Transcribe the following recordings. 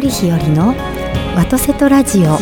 森日和のワトセトラジオ。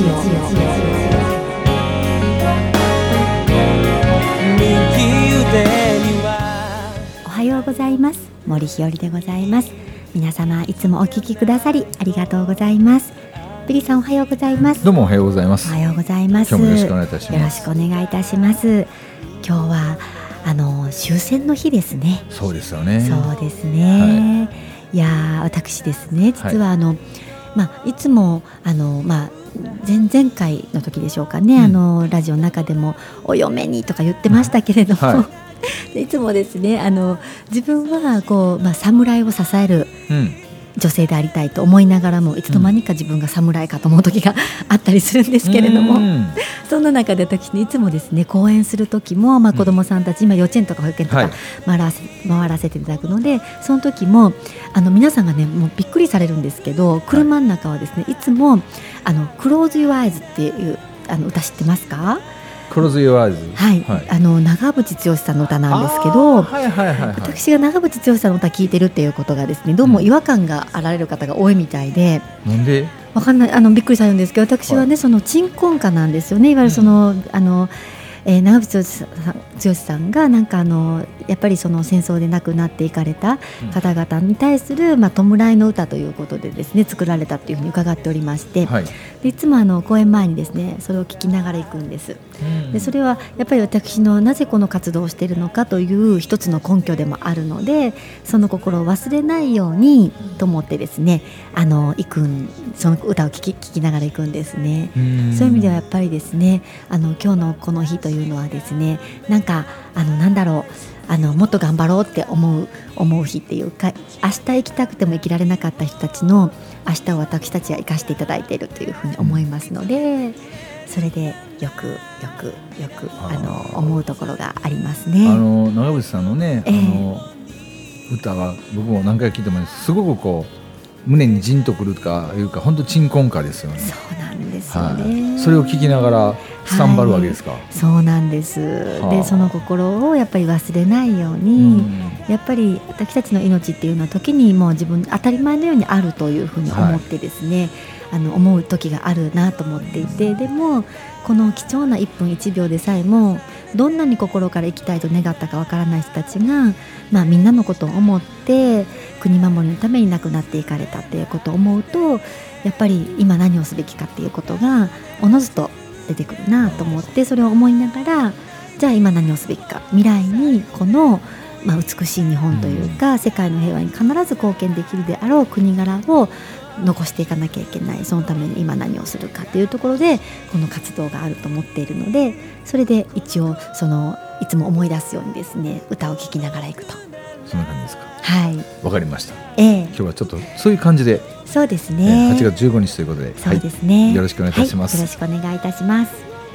おはようございます。森日和でございます。皆様いつもお聞きくださりありがとうございます。ビリーさんおはようございます。 どうもおはようございます。 おはようございます。 今日もよろしくお願いいたします。 よろしくお願いいたします。今日は終戦の日ですね。 そうですよね。 そうですね、いや私ですね、実はいつも前々回の時でしょうかね、ラジオの中でもお嫁にとか言ってましたけれども、いつもですね自分は侍を支える女性でありたいと思いながらも、いつの間にか自分が侍かと思う時があったりするんですけれども、そんな中で私いつもですね講演する時も、子どもさんたち、今幼稚園とか保育園とか回らせていただくので、その時も皆さんがねもうびっくりされるんですけど、車の中はですねいつもクローズ・ユア・アイズっていう歌知ってますか？ クローズ・ユア・アイズ、 長渕剛さんの歌なんですけど、私が長渕剛さんの歌聴いてるっていうことがですね、どうも違和感があられる方が多いみたいで、 なんでわかんない、びっくりされるんですけど、私はね、その鎮魂歌なんですよね。いわゆるその、長渕剛さんがやっぱりその戦争で亡くなっていかれた方々に対する、弔いの歌ということでですね作られたというふうに伺っておりまして、でいつも講演前にですねそれを聞きながら行くんです。でそれはやっぱり私のなぜこの活動をしているのかという一つの根拠でもあるので、その心を忘れないようにと思ってですねその歌を聞きながら行くんですね。そういう意味ではやっぱりですね今日のこの日というのはですね、なんだろう、もっと頑張ろうって思う日っていうか、明日生きたくても生きられなかった人たちの明日を私たちは生かしていただいているというふうに思いますので、それでよく思うところがありますね。 長渕さんのね、歌は僕も何回聞いてもすごくこう胸にじんとくるとかいうか、本当鎮魂歌ですよね。 そうなんですよね、 それを聞きながらスタンバるわけですか？ そうなんです。でその心をやっぱり忘れないように、やっぱり私たちの命っていうのは時にもう自分当たり前のようにあるというふうに思ってですね、思う時があるなと思っていて、でもこの貴重な1分1秒でさえもどんなに心から生きたいと願ったかわからない人たちが、みんなのことを思って国守りのために亡くなっていかれたっていうことを思うと、やっぱり今何をすべきかっていうことがおのずと出てくるなと思って、それを思いながら、じゃあ今何をすべきか、未来にこの、美しい日本というか、世界の平和に必ず貢献できるであろう国柄を残していかなきゃいけない。そのために今何をするかというところでこの活動があると思っているので、それで一応いつも思い出すようにですね歌を聴きながらいくと。 そんな感じですか？ はい、 わかりました。今日はちょっとそういう感じで、 そうですね、 8月15日ということで、 そうですね、 よろしくお願いいたします。 よろしくお願いいたします。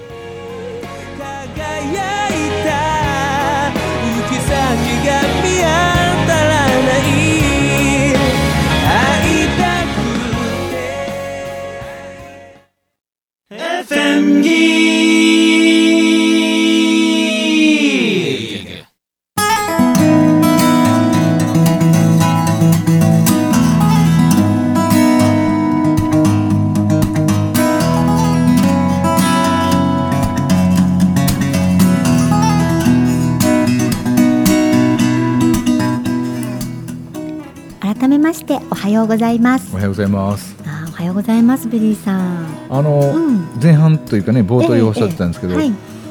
輝いた行き先が見当たらない会いたくて FM ギー改めましておはようございます。 おはようございます。 おはようございます。ビリーさん、 前半というかね冒頭におっしゃってたんですけど、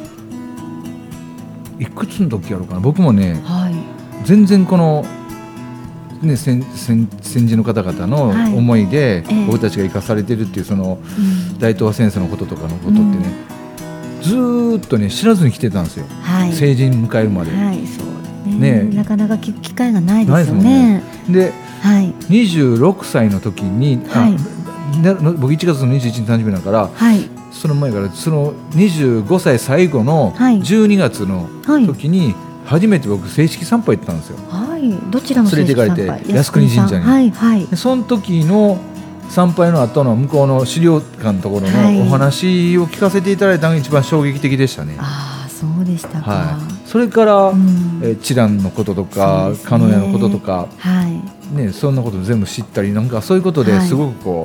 いくつの時やろうかな、僕もね、全然この、戦時の方々の思いで、僕たちが生かされているっていうその、大東亜戦争のこととかのことってね、ずーっとね知らずに来てたんですよ、成人迎えるまで。 なかなか聞く機会がないですよね。 で、26歳の時に、僕1月の21日誕生日だから、その前からその25歳最後の12月の時に初めて僕正式参拝行ったんですよ。 どちらの正式参拝？ 連れて行かれて靖国神社に。でその時の参拝の後の向こうの資料館のところのお話を聞かせていただいたのが一番衝撃的でしたね。 そうでしたか。 それから、知覧のこととか鹿屋のこととか、そんなこと全部知ったり、なんかそういうことですごくこう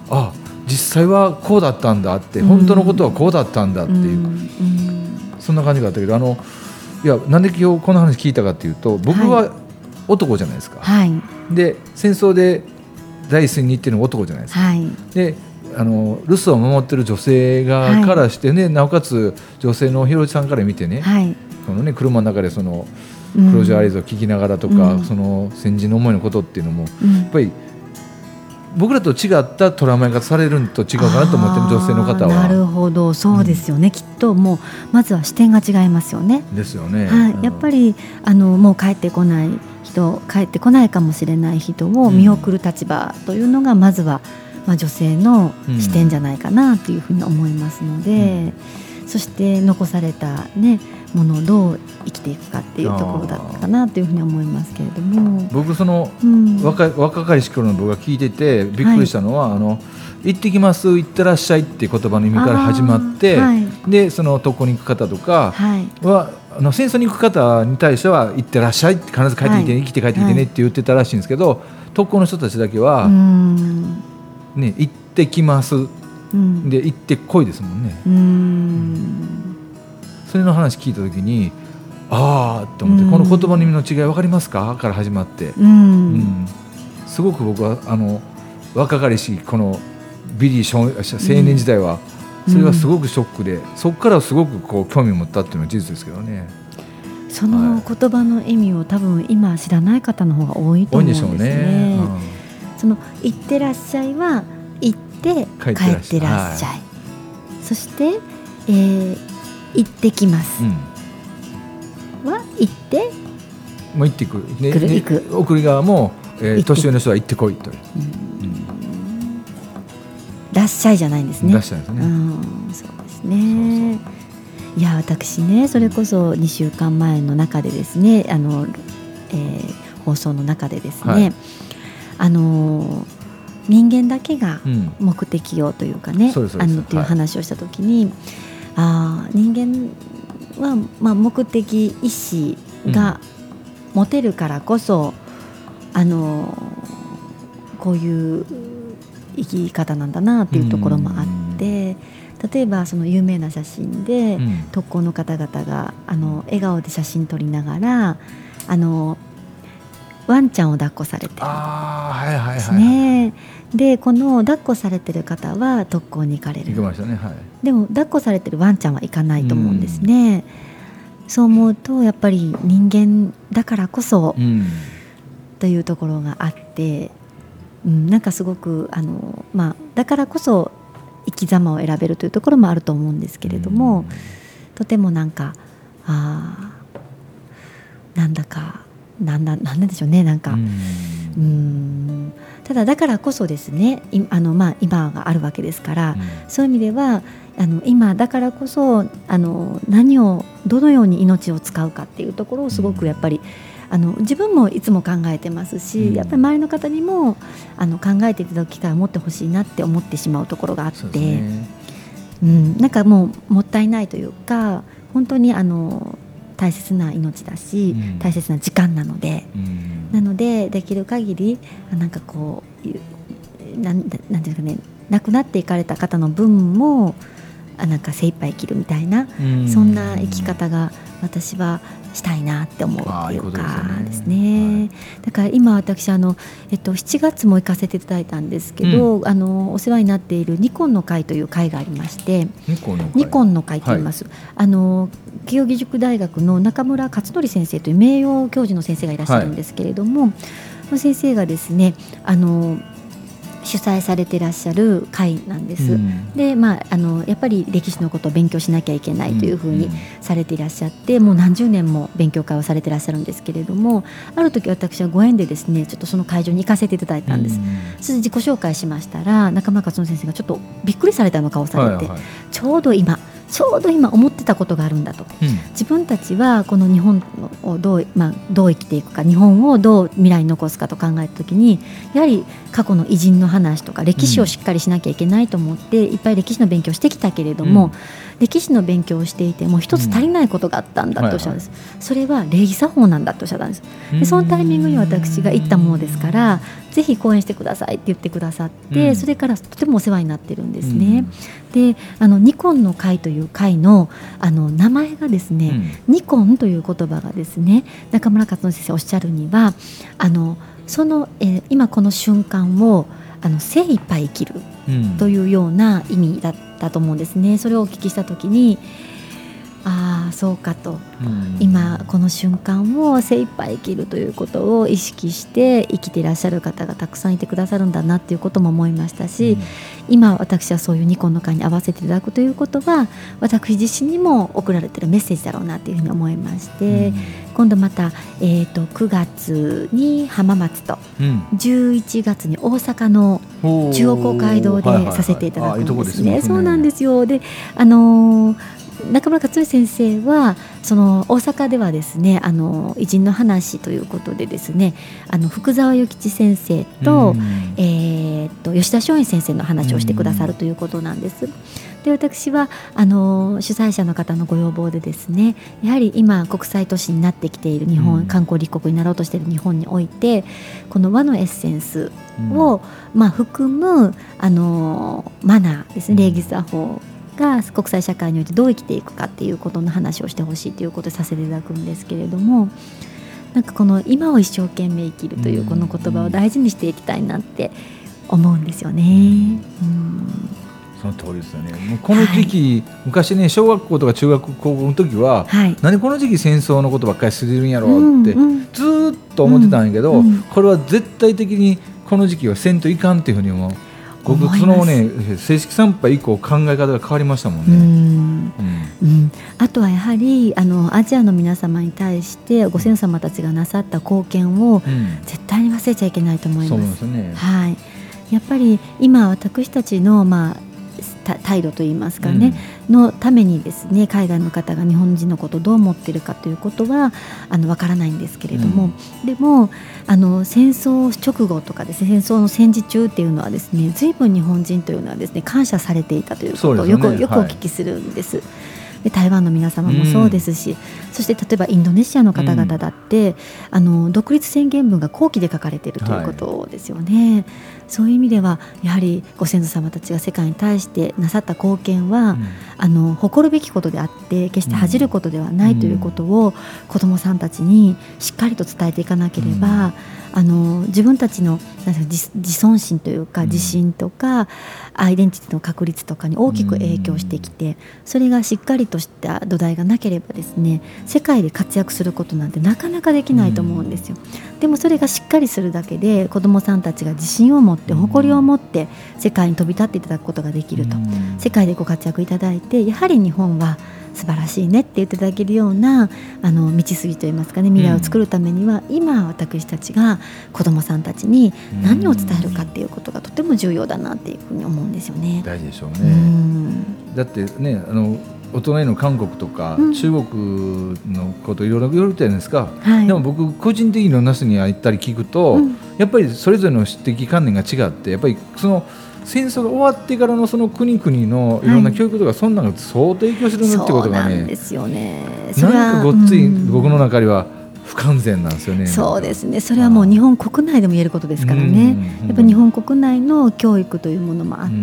実際はこうだったんだって、本当のことはこうだったんだっていう、そんな感じがあったけど、いやなんで今日この話聞いたかっていうと、僕は男じゃないですか、はい、で戦争で第一線に行ってるのが男じゃないですか、はい、で留守を守ってる女性側からしてね、はい、なおかつ女性のひろちさんから見てね、はい、そのね車の中でそのクロージャーアイズを聞きながらとか、その先人の思いのことっていうのも、やっぱり僕らと違った捉え方されるのと違うかなと思ってる、女性の方は。 なるほど、そうですよね、きっともうまずは視点が違いますよね。 ですよね、 はい、やっぱりもう帰ってこない人、帰ってこないかもしれない人を見送る立場というのがまずは、女性の視点じゃないかなというふうに思いますので、そして残された、ね、ものをどう生きていくかっていうところだったかなというふうに思いますけれども、 僕その、若かりし頃の僕が聞いててびっくりしたのは、行ってきます、行ってらっしゃいって言葉の意味から始まって、でその特攻に行く方とかは、戦争に行く方に対しては行ってらっしゃいって必ず帰ってきて、生きて帰ってきてねって言ってたらしいんですけど、特攻の人たちだけは、ね、行ってきます、で行ってこいですもんね。それの話聞いたときに、ああと思って、この言葉の意味の違い分かりますかから始まって、すごく僕は若かりしこのビリー青年時代はそれがすごくショックで、そこからすごくこう興味を持ったっていうのは事実ですけどね。 その言葉の意味を多分今知らない方の方が多いと思うんですね。多いんでしょうね。その行ってらっしゃいは行って帰ってらっしゃい、そして、行ってきます、は行ってもう行ってくる、 行く、 送り側も、年上の人は行ってこいという、 らっしゃいじゃないんですね。 らっしゃいですね。 そうですね。いや私ね、それこそ2週間前の中でですね、放送の中でですね、人間だけが目的をというかね、という話をしたときに、人間は、目的意識が持てるからこそ、こういう生き方なんだなというところもあって、例えばその有名な写真で、特攻の方々が笑顔で写真撮りながらワンちゃんを抱っこされてるんですね。でこの抱っこされてる方は特攻に行かれる。 行きましたね、はい。 でも抱っこされてるワンちゃんは行かないと思うんですね。そう思うとやっぱり人間だからこそ、というところがあって、なんかすごくだからこそ生き様を選べるというところもあると思うんですけれども、とてもなんかなんでしょうね、なんかただだからこそですね、今があるわけですから、そういう意味では今だからこそ何をどのように命を使うかっていうところをすごくやっぱり自分もいつも考えてますし、やっぱり周りの方にも考えていただく機会を持ってほしいなって思ってしまうところがあって、なんかもったいないというか、本当に大切な命だし、大切な時間なので、なのでできる限りなんかこうなんていうかね、亡くなっていかれた方の分もなんか精一杯生きるみたいな、そんな生き方が私はしたいなって思うっていうかですね。だから今私7月も行かせていただいたんですけど、お世話になっているニコンの会という会がありまして、ニコンの会と言います、慶應義塾大学の中村勝則先生という名誉教授の先生がいらっしゃるんですけれども、その先生がですね主催されていらっしゃる会なんです、でやっぱり歴史のことを勉強しなきゃいけないというふうにされていらっしゃって、もう何十年も勉強会をされていらっしゃるんですけれども、ある時私はご縁でですねちょっとその会場に行かせていただいたんです。それで自己紹介しましたら、中村勝則先生がちょっとびっくりされたような顔をされて、ちょうど今ちょうど今思ってたことがあるんだと、自分たちはこの日本をどう生きていくか、日本をどう未来に残すかと考えたときに、やはり過去の偉人の話とか歴史をしっかりしなきゃいけないと思って、いっぱい歴史の勉強してきたけれども、歴史の勉強をしていても一つ足りないことがあったんだとおっしゃるんです、それは礼儀作法なんだとおっしゃったんです。でそのタイミングに私が行ったものですから、ぜひ講演してくださいって言ってくださって、それからとてもお世話になってるんですね。でニコンの会という会の名前がですね、ニコンという言葉がですね、中村勝之先生おっしゃるには今この瞬間を精一杯生きるというような意味だったと思うんですね。それをお聞きしたときに、そうかと、今この瞬間を精一杯生きるということを意識して生きていらっしゃる方がたくさんいてくださるんだなということも思いましたし、今私はそういうニコンの会に合わせていただくということは、私自身にも送られているメッセージだろうなというふうに思いまして、今度また、9月に浜松と、11月に大阪の中央公会堂でさせていただくんですね。そうなんですよ。で中村勝先生はその大阪ではですね、偉人の話ということでですね、福沢諭吉先生と、吉田松陰先生の話をしてくださるということなんです。で私は主催者の方のご要望でですね、やはり今国際都市になってきている日本、観光立国になろうとしている日本において、この和のエッセンスを、含むマナーですね、礼儀作法が国際社会においてどう生きていくかっていうことの話をしてほしいということでさせていただくんですけれども、なんかこの今を一生懸命生きるというこの言葉を大事にしていきたいなって思うんですよね。 その通りですよね。もうこの時期、昔ね、小学校とか中学高校の時は、何この時期戦争のことばっかりするんやろうってずっと思ってたんやけど、これは絶対的にこの時期はせんといかんっていうふうに思う。僕そのね、正式参拝以降考え方が変わりましたもんね。 あとはやはりアジアの皆様に対してご先祖様たちがなさった貢献を絶対に忘れちゃいけないと思います。そうですね。やっぱり今私たちの態度といいますかね、のためにですね、海外の方が日本人のことをどう思っているかということはわからないんですけれども、でも戦争直後とかですね、戦争の戦時中っていうのはですね、随分日本人というのはですね、感謝されていたということをよくお聞きするんです。で台湾の皆様もそうですし、そして例えばインドネシアの方々だって、独立宣言文が後期で書かれているということですよね。そういう意味ではやはりご先祖様たちが世界に対してなさった貢献は、誇るべきことであって決して恥じることではないということを子どもさんたちにしっかりと伝えていかなければ、自分たちの自尊心というか自信とかアイデンティティの確立とかに大きく影響してきて、それがしっかりとした土台がなければですね、世界で活躍することなんてなかなかできないと思うんですよ。でもそれがしっかりするだけで子どもさんたちが自信を持って誇りを持って世界に飛び立っていただくことができると、世界でご活躍いただいて、やはり日本は素晴らしいねって言っていただけるような道筋といいますかね、未来を作るためには、今私たちが子どもさんたちに何を伝えるかっていうことがとても重要だなっていうふうに思うんですよね。 大事でしょうね。だってね、お隣の韓国とか中国のこといろいろ言われてるんですか、でも僕個人的にいろんな人に会ったり聞くと、やっぱりそれぞれの指摘観念が違って、やっぱりその戦争が終わってからのその国々のいろんな教育とか、そんなのが相当影響するってことがね、そうなんですよね。なんかごっつい僕の中では不完全なんですよね。 そうですね。それはもう日本国内でも言えることですからね。やっぱり日本国内の教育というものもあって、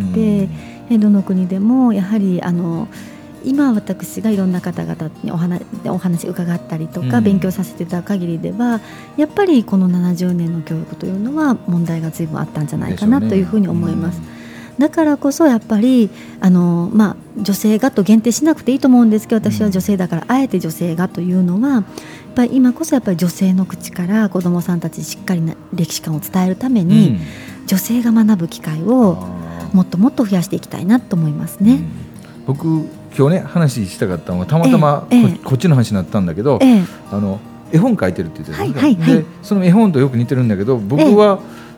どの国でもやはり今私がいろんな方々にお話伺ったりとか勉強させていただく限りでは、やっぱりこの70年の教育というのは問題が随分あったんじゃないかなというふうに思います。だからこそやっぱり女性がと限定しなくていいと思うんですけど、私は女性だからあえて女性がというのは、やっぱり今こそやっぱり女性の口から子どもさんたちにしっかりな歴史観を伝えるために、女性が学ぶ機会をもっともっと増やしていきたいなと思いますね。 僕今日ね話したかったのがたまたまこっちの話になったんだけど、絵本書いてるって言ってたんですね。でその絵本とよく似てるんだけど、僕は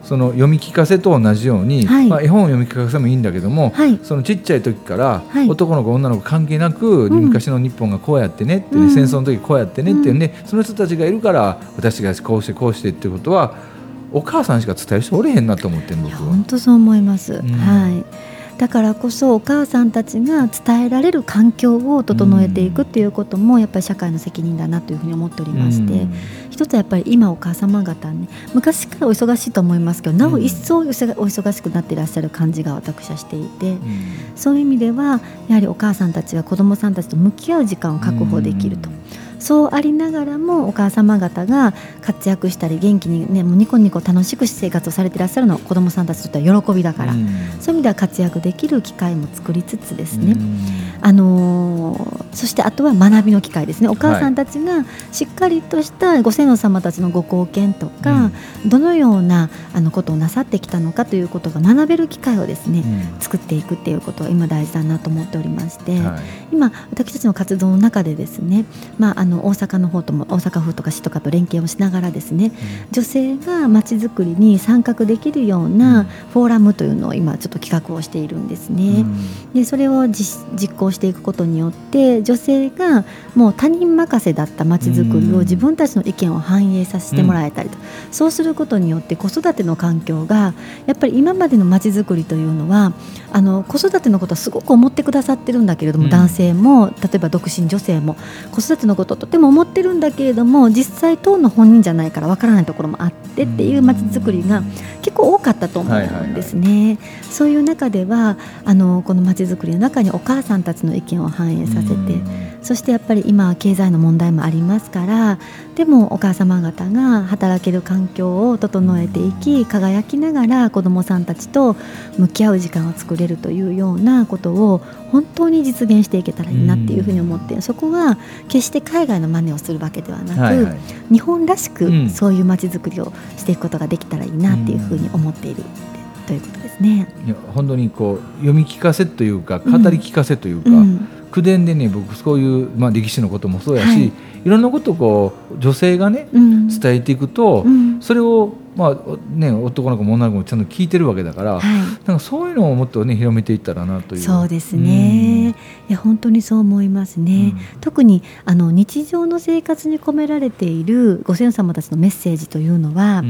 その読み聞かせと同じように、絵本を読み聞かせもいいんだけども、そのちっちゃい時から、男の子女の子関係なく、昔の日本がこうやってねって、戦争の時こうやってねっていうね、その人たちがいるから私がこうしてこうしてっていうことはお母さんしか伝える人おれへんなと思ってる。僕は本当そう思います、だからこそお母さんたちが伝えられる環境を整えていくっていうこともやっぱり社会の責任だなというふうに思っておりまして、一つはやっぱり今お母様方ね、昔からお忙しいと思いますけど、なお一層お忙しくなっていらっしゃる感じが私はしていて、そういう意味ではやはりお母さんたちは子どもさんたちと向き合う時間を確保できると、そうありながらもお母様方が活躍したり元気にね、もうニコニコ楽しく生活をされていらっしゃるのは子どもさんたちにとっては喜びだから、そういう意味では活躍できる機会も作りつつですね、そしてあとは学びの機会ですね。お母さんたちがしっかりとしたご先祖様たちのご貢献とか、どのようなことをなさってきたのかということが学べる機会をですね、作っていくっていうことは今大事だなと思っておりまして、今私たちの活動の中でですね、大阪の方とも大阪府とか市とかと連携をしながらですね、女性がまちづくりに参画できるようなフォーラムというのを今ちょっと企画をしているんですね。でそれを実行していくことによって女性がもう他人任せだったまちづくりを自分たちの意見を反映させてもらえたりと、そうすることによって子育ての環境がやっぱり今までのまちづくりというのは子育てのことはすごく思ってくださってるんだけれども、男性も例えば独身女性も子育てのことをとても思ってるんだけれども、実際当の本人じゃないからわからないところもあってっていうまちづくりが結構多かったと思うんですね。そういう中ではこのまちづくりの中にお母さんたちの意見を反映させて、そしてやっぱり今は経済の問題もありますから、でもお母様方が働ける環境を整えていき、輝きながら子どもさんたちと向き合う時間を作れるというようなことを本当に実現していけたらいいなっていうふうに思って、そこは決して海外の真似をするわけではなく、日本らしくそういうまちづくりをしていくことができたらいいなっていうふうに思っているということですね。 いや本当にこう読み聞かせというか語り聞かせというか、口伝でね、僕そういう、歴史のこともそうやし、いろんなことをこう女性がね、伝えていくと、それを男の子も女の子もちゃんと聞いてるわけだから、なんかそういうのをもっとね広めていったらなという。 そうですね、いや本当にそう思いますね。特に日常の生活に込められているご先祖様たちのメッセージというのは、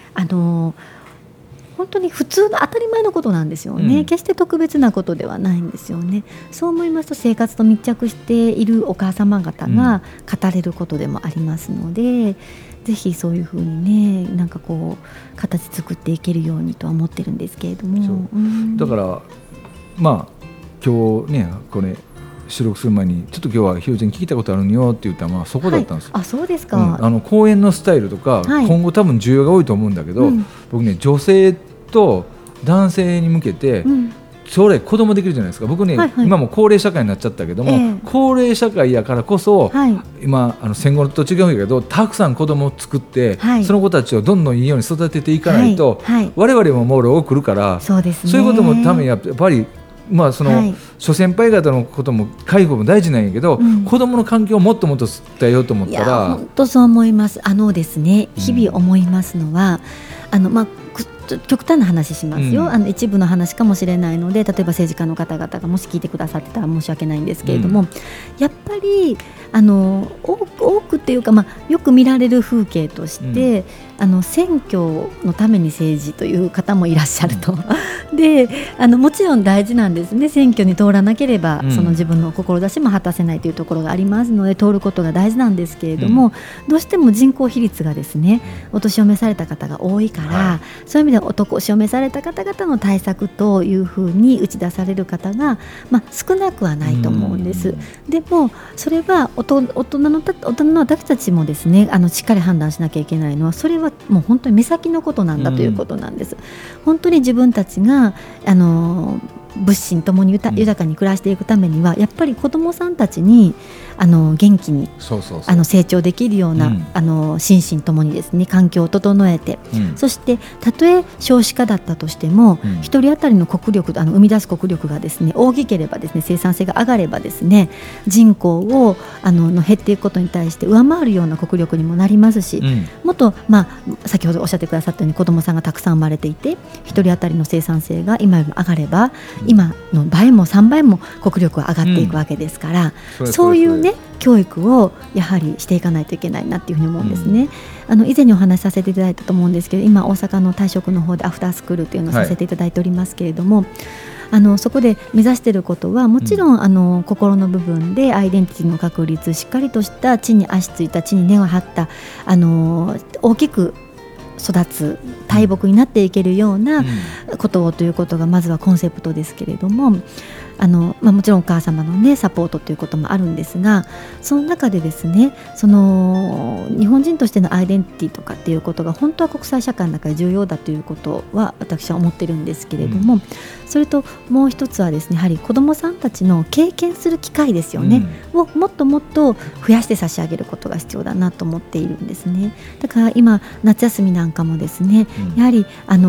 本当に普通の当たり前のことなんですよね、決して特別なことではないんですよね。そう思いますと生活と密着しているお母様方が語れることでもありますので、ぜひそういうふうにね、なんかこう形作っていけるようにとは思ってるんですけれども、 だから今日ねこれ収録する前にちょっと今日はひよちゃんに聞いたことあるのよって言ったら、そこだったんですよ。 あ、そうですか。 講演のスタイルとか、今後多分需要が多いと思うんだけど、僕ね女性と男性に向けて、将来子供できるじゃないですか。僕ね、今も高齢社会になっちゃったけども、高齢社会やからこそ、今戦後と違うんだけどたくさん子供を作って、その子たちをどんどんいいように育てていかないと、我々ももう老来るから、そういうこともためにやっぱりその諸先輩方のことも介護も大事なんやけど、子どもの環境をもっともっと伝えようと思ったら、 本当そう思います。ですね、日々思いますのは、極端な話しますよ、一部の話かもしれないので、例えば政治家の方々がもし聞いてくださってたら申し訳ないんですけれども、やっぱり多くっていうか、よく見られる風景として、選挙のために政治という方もいらっしゃるとでもちろん大事なんですね。選挙に通らなければ、その自分の志も果たせないというところがありますので、通ることが大事なんですけれども、どうしても人口比率がですね、お年を召された方が多いから、そういう意味ではお年を召された方々の対策というふうに打ち出される方が、少なくはないと思うんです。でもそれは大人の私たちもですね、しっかり判断しなきゃいけないのは、それはもう本当に目先のことなんだということなんです。本当に自分たちが物心ともに豊かに暮らしていくためにはやっぱり子どもさんたちに元気に成長できるような、心身ともにですね環境を整えて、そしてたとえ少子化だったとしても、一人当たりの国力生み出す国力がですね大きければですね生産性が上がればですね人口を減っていくことに対して上回るような国力にもなりますし、もっと、先ほどおっしゃってくださったように子どもさんがたくさん生まれていて一人当たりの生産性が今よりも上がれば、今の倍も3倍も国力は上がっていくわけですから、そういうね教育をやはりしていかないといけないなっていうふうに思うんですね。以前にお話しさせていただいたと思うんですけど、今大阪の大職の方でアフタースクールっていうのをさせていただいておりますけれども、そこで目指していることはもちろん、心の部分でアイデンティティの確立、しっかりとした地に足ついた地に根を張った大きく育つ大木になっていけるようなことをということがまずはコンセプトですけれども、もちろんお母様の、ね、サポートということもあるんですが、その中でですね日本人としてのアイデンティティとかっていうことが本当は国際社会の中で重要だということは私は思ってるんですけれども、それともう一つはですねやはり子どもさんたちの経験する機会ですよね、をもっともっと増やして差し上げることが必要だなと思っているんですね。だから今夏休みなんかもですね、やはり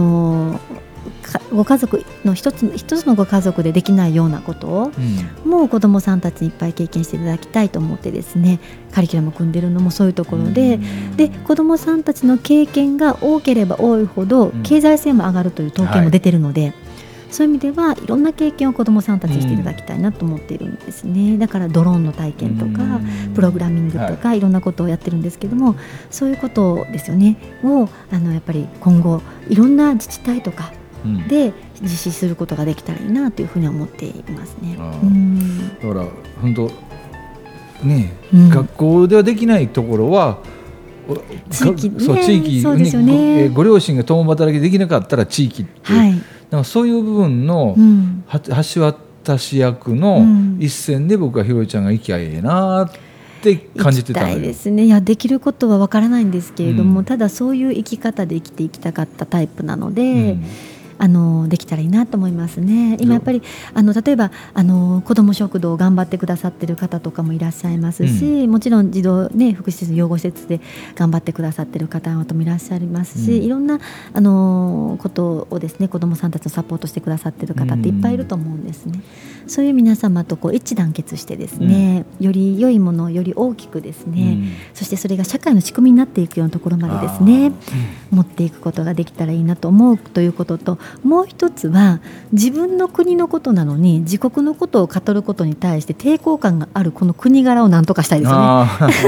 ご家族の一つのご家族でできないようなことを、もう子どもさんたちにいっぱい経験していただきたいと思ってですねカリキュラムを組んでいるのもそういうところで、子どもさんたちの経験が多ければ多いほど経済性も上がるという統計も出ているので、そういう意味ではいろんな経験を子どもさんたちにしていただきたいなと思っているんですね。だからドローンの体験とかプログラミングとかいろんなことをやってるんですけども、そういうことですよねをやっぱり今後いろんな自治体とかで実施することができたらいいなというふうに思っていますね。 だから本当ね、学校ではできないところは地域ね、ご両親が共働きできなかったら地域って、なんかそういう部分の橋渡し役の一線で僕はひろりちゃんが生き合えなって感じてたのよ。 行きたいですね。いやできることはわからないんですけれども、ただそういう生き方で生きていきたかったタイプなので、できたらいいなと思いますね。今やっぱり例えば子ども食堂を頑張ってくださっている方とかもいらっしゃいますし、もちろん児童、福祉施設養護施設で頑張ってくださっている方々もいらっしゃいますし、いろんなことをですね子どもさんたちをサポートしてくださっている方っていっぱいいると思うんですね。そういう皆様と一致団結してですね、より良いものをより大きくですね、そしてそれが社会の仕組みになっていくようなところまでですね、持っていくことができたらいいなと思うということと、もう一つは自分の国のことなのに自国のことを語ることに対して抵抗感があるこの国柄を何とかしたいですよね。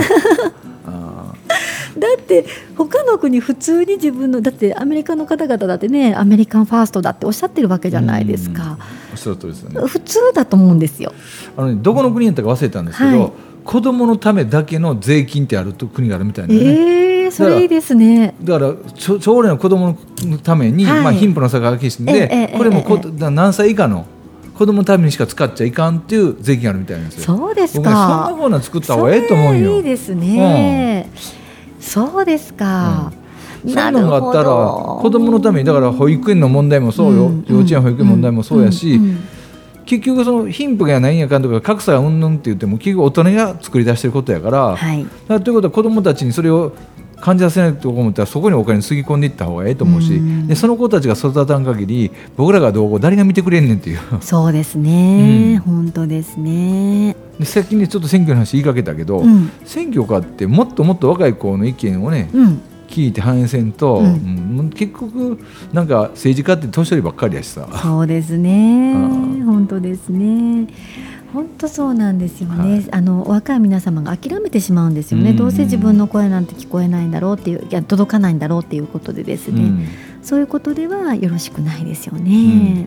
だって他の国普通に自分のだってアメリカの方々だってねアメリカンファーストだっておっしゃってるわけじゃないですか。 おっしゃる通りですよね。 普通だと思うんですよ。 どこの国やったか忘れたんですけど、子供のためだけの税金ってある国があるみたいなね。 それいいですね。 だから将来の子供のために、貧富の差が激しいんで、これも何歳以下の子供のためにしか使っちゃいかんっていう税金あるみたいなんですよ。 そうですか。 僕ね、そんなふうな作った方がええと思うよ。 それいいですね、そうですか、 そういうのがあったら子供のために、だから保育園の問題もそうよ、幼稚園保育園問題もそうやし、結局その貧富がないんやかんとか格差がうんぬんって言っても結局大人が作り出してることやから、ということは子供たちにそれを感じさせないと思ったらそこにお金つぎ込んでいった方がいいと思うし、でその子たちが育たん限り僕らがどうこう誰が見てくれんねんっていう。 そうですね、本当ですね。 で先にちょっと選挙の話言いかけたけど、選挙かってもっともっと若い子の意見をね、聞いて反映せんと、結局なんか政治家って年寄りばっかりやしさ。 そうですね、本当ですね。本当そうなんですよね、お若い皆様が諦めてしまうんですよね、どうせ自分の声なんて聞こえないんだろうっていう、いや届かないんだろうっていうことでですね、そういうことではよろしくないですよね。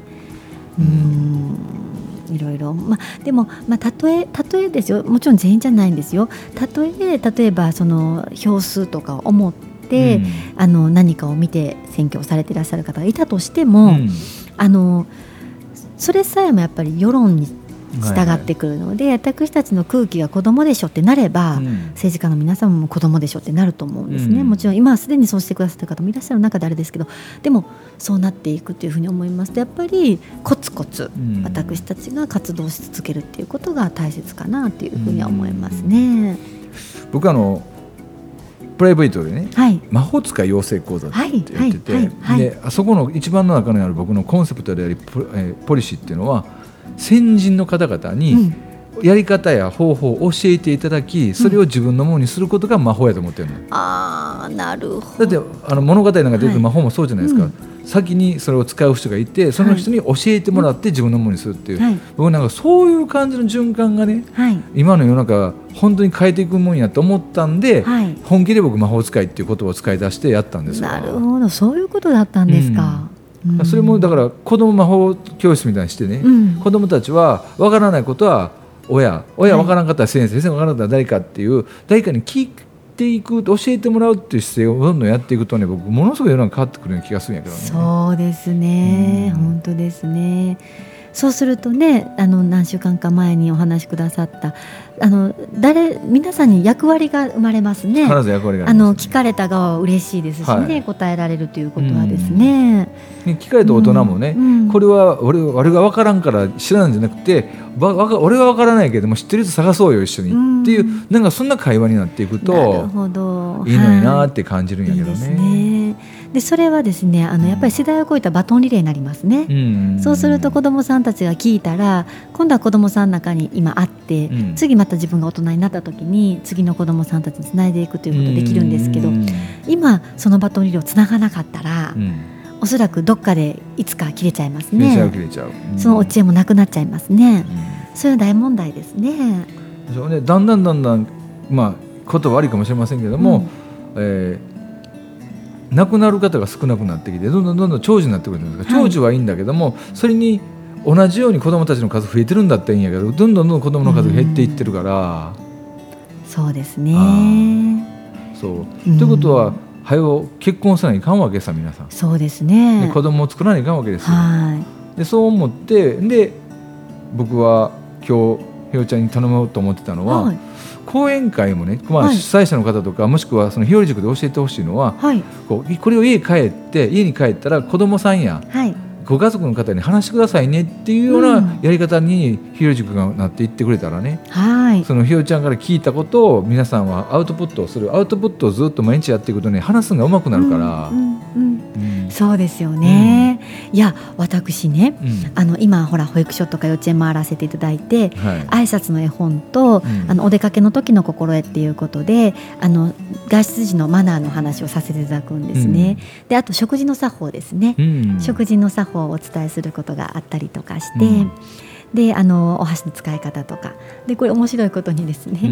いろいろ、でも、例えですよ、もちろん全員じゃないんですよ。例えばその票数とかを思って何かを見て選挙をされていらっしゃる方がいたとしても、それさえもやっぱり世論に従ってくるので、私たちの空気が子供でしょってなれば、政治家の皆さんも子供でしょってなると思うんですね。もちろん今はすでにそうしてくださった方もいらっしゃる中であれですけど、でもそうなっていくというふうに思いますと、やっぱりコツコツ私たちが活動し続けるっていうことが大切かなというふうには思いますね。 僕プライベートでね、魔法使い養成講座ってやってて、でそこの一番の中にある僕のコンセプトでありポリシーっていうのは、先人の方々にやり方や方法を教えていただき、それを自分のものにすることが魔法やと思ってるの。 なるほど。 だって物語なんか出てくる魔法もそうじゃないですか、先にそれを使う人がいて、その人に教えてもらって自分のものにするっていう、僕なんかそういう感じの循環がね、今の世の中本当に変えていくもんやと思ったんで、本気で僕魔法使いっていう言葉を使い出してやったんですよ。 なるほど、そういうことだったんですか。 それもだから子供魔法教室みたいにしてね、子供たちは分からないことは親分からんかったら先生分からなかったら誰かっていう、誰かに聞いていく、教えてもらうっていう姿勢をどんどんやっていくとね、僕ものすごい世の中変わってくるような気がするんやけどね。 そうですね、本当ですね。そうするとね、何週間か前にお話しくださった皆さんに役割が生まれますね。 必ず役割がありますね。 聞かれた側は嬉しいですしね、答えられるということはですね、 聞かれた大人もね、これは俺が分からんから知らないんじゃなくて、俺は分からないけども知ってる人探そうよ一緒にっていう、なんかそんな会話になっていくと、なるほど、いいのになって感じるんやけどね。いいですね。 でそれはですね、やっぱり世代を超えたバトンリレーになりますね。そうすると子どもさんたちが聞いたら、今度は子どもさんの中に今あって、次また自分が大人になった時に次の子どもさんたちにつないでいくということができるんですけど、今そのバトンリレーをつながなかったら、おそらくどっかでいつか切れちゃいますね。 切れちゃう。 そのお知恵もなくなっちゃいますね。それは大問題ですね。 そうね、だんだん、ことは悪いかもしれませんけども、亡くなる方が少なくなってきて、どんどん長寿になってくるんですが、長寿はいいんだけども、それに同じように子どもたちの数増えてるんだったらいいんやけど、どんどん子どもの数が減っていってるから、 そうですね。 ということは、結婚せないかんわけさ、皆さん。 そうですね。 子供を作らないかんわけですよ。でそう思って、で僕は今日ひよちゃんに頼もうと思ってたのは、講演会もね、主催者の方とか、もしくはその日和塾で教えてほしいのは、これを家に帰ったら子供さんや、ご家族の方に話してくださいねっていうようなやり方にひよ塾がなっていってくれたらね、そのひよちゃんから聞いたことを皆さんはアウトプットをする、アウトプットをずっと毎日やっていくとね、話すのが上手くなるから、 そうですよね。いや私ね、今ほら保育所とか幼稚園回らせていただいて、挨拶の絵本と、お出かけの時の心得っていうことで、外出時のマナーの話をさせていただくんですね。であと食事の作法ですね、食事の作法をお伝えすることがあったりとかして、でお箸の使い方とかで、これ面白いことにですね、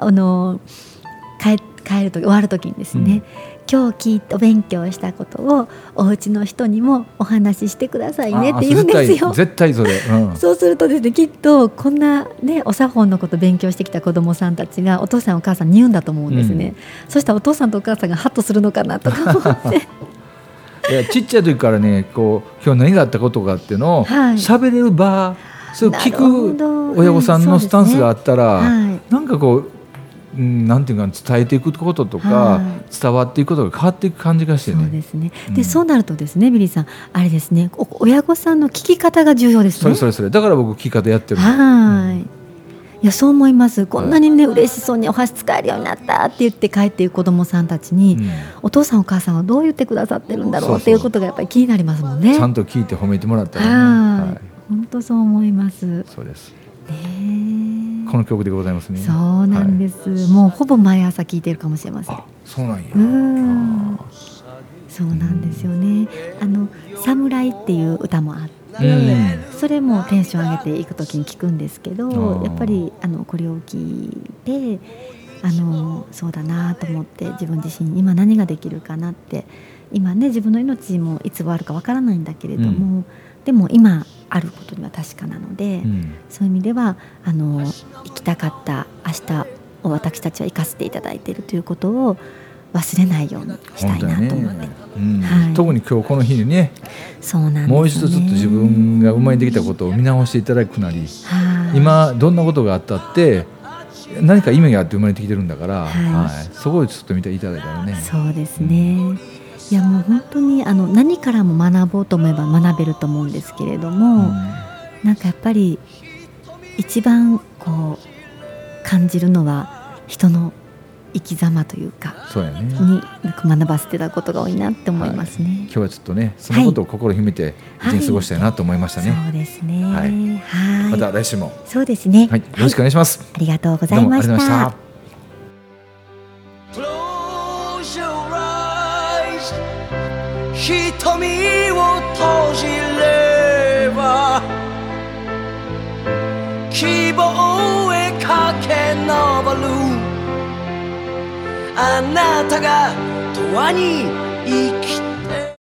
帰ると終わる時にですね、今日お勉強したことをお家の人にもお話ししてくださいねって言うんですよ。 絶対それ、 そうするとですね、きっとこんなねお作法のこと勉強してきた子どもさんたちがお父さんお母さんに言うんだと思うんですね。そしたらお父さんとお母さんがハッとするのかなとか思っていやちっちゃい時からね、今日何があったことかっていうのを喋れる場、それを聞く親御さんのスタンスがあったら、なんかなんていうか伝えていくこととか、伝わっていくことが変わっていく感じがしてね。 そうですね。で、そうなるとですね、ビリーさんあれですね、親御さんの聞き方が重要ですね。 それだから僕聞き方やってる。 いやそう思います。こんなにね嬉しそうにお箸使えるようになったって言って帰っていく子どもさんたちに、お父さんお母さんはどう言ってくださってるんだろうっていうことがやっぱり気になりますもんね。 ちゃんと聞いて褒めてもらったらね。 本当そう思います。 そうです。この曲でございますね。 そうなんです、もうほぼ毎朝聴いてるかもしれません。 そうなんや。 そうなんですよね。侍っていう歌もあって、それもテンション上げていくときに聞くんですけど、やっぱりこれを聞いてそうだなと思って、自分自身今何ができるかなって、今ね自分の命もいつ終わるかわからないんだけれども、でも今あることには確かなので、そういう意味では生きたかった明日を私たちは生かせていただいているということを忘れないようにしたいなと思って、 特に今日この日にね、 そうなんですね、 もう一度ちょっと自分が生まれてきたことを見直していただくなり、 今どんなことがあったって何か意味があって生まれてきてるんだから、はい、そこをちょっと見ていただいたらね。 そうですね、いやもう本当に何からも学ぼうと思えば学べると思うんですけれども、なんかやっぱり一番こう感じるのは人の生き様というか、 そうやね、 に学ばせてたことが多いなって思いますね。 今日はちょっとねそのことを心を秘めて一日過ごしたいなと思いましたね。 そうですね、 また来週もそうですね、 よろしくお願いします。 ありがとうございました。 どうもありがとうございました。 Close your eyes 瞳を閉じれば希望へ駆け上るあなたが永遠に生き